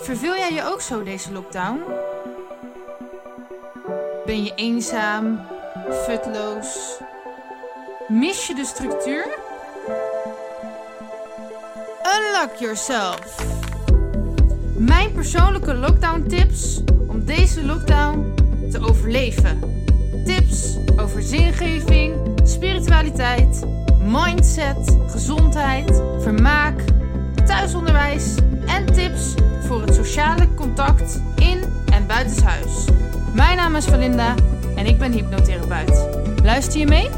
Verveel jij je ook zo deze lockdown? Ben je eenzaam, futloos? Mis je de structuur? Unlock yourself! Mijn persoonlijke lockdown tips om deze lockdown te overleven. Tips over zingeving, spiritualiteit, mindset, gezondheid, vermaak, thuisonderwijs en tips voor het sociale contact in en buitenshuis. Mijn naam is Valinda en ik ben hypnotherapeut. Luister je mee?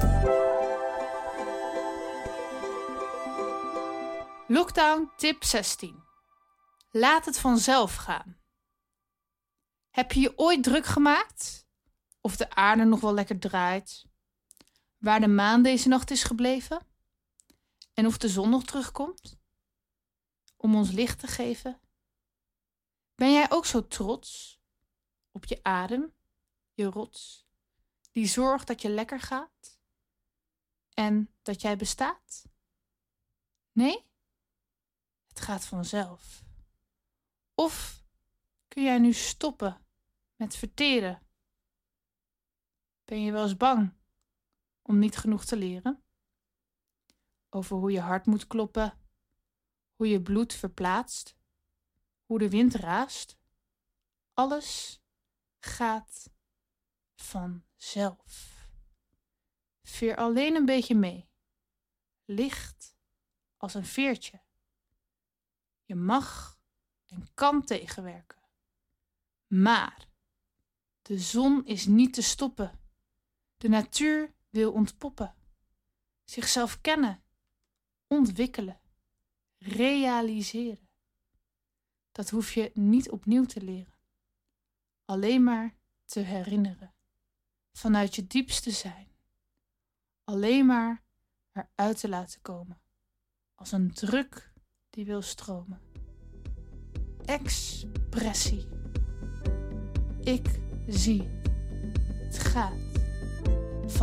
Lockdown tip 16. Laat het vanzelf gaan. Heb je je ooit druk gemaakt? Of de aarde nog wel lekker draait? Waar de maan deze nacht is gebleven? En of de zon nog terugkomt? Om ons licht te geven? Ben jij ook zo trots op je adem, je rots, die zorgt dat je lekker gaat en dat jij bestaat? Nee? Het gaat vanzelf. Of kun jij nu stoppen met verteren? Ben je wel eens bang om niet genoeg te leren? Over hoe je hart moet kloppen, hoe je bloed verplaatst, hoe de wind raast? Alles gaat vanzelf. Veer alleen een beetje mee, licht als een veertje. Je mag en kan tegenwerken. Maar de zon is niet te stoppen. De natuur wil ontpoppen. Zichzelf kennen, ontwikkelen, realiseren. Dat hoef je niet opnieuw te leren. Alleen maar te herinneren. Vanuit je diepste zijn. Alleen maar eruit te laten komen. Als een druk die wil stromen. Expressie. Ik zie. Het gaat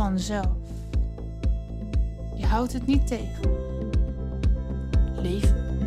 vanzelf. Je houdt het niet tegen. Leven.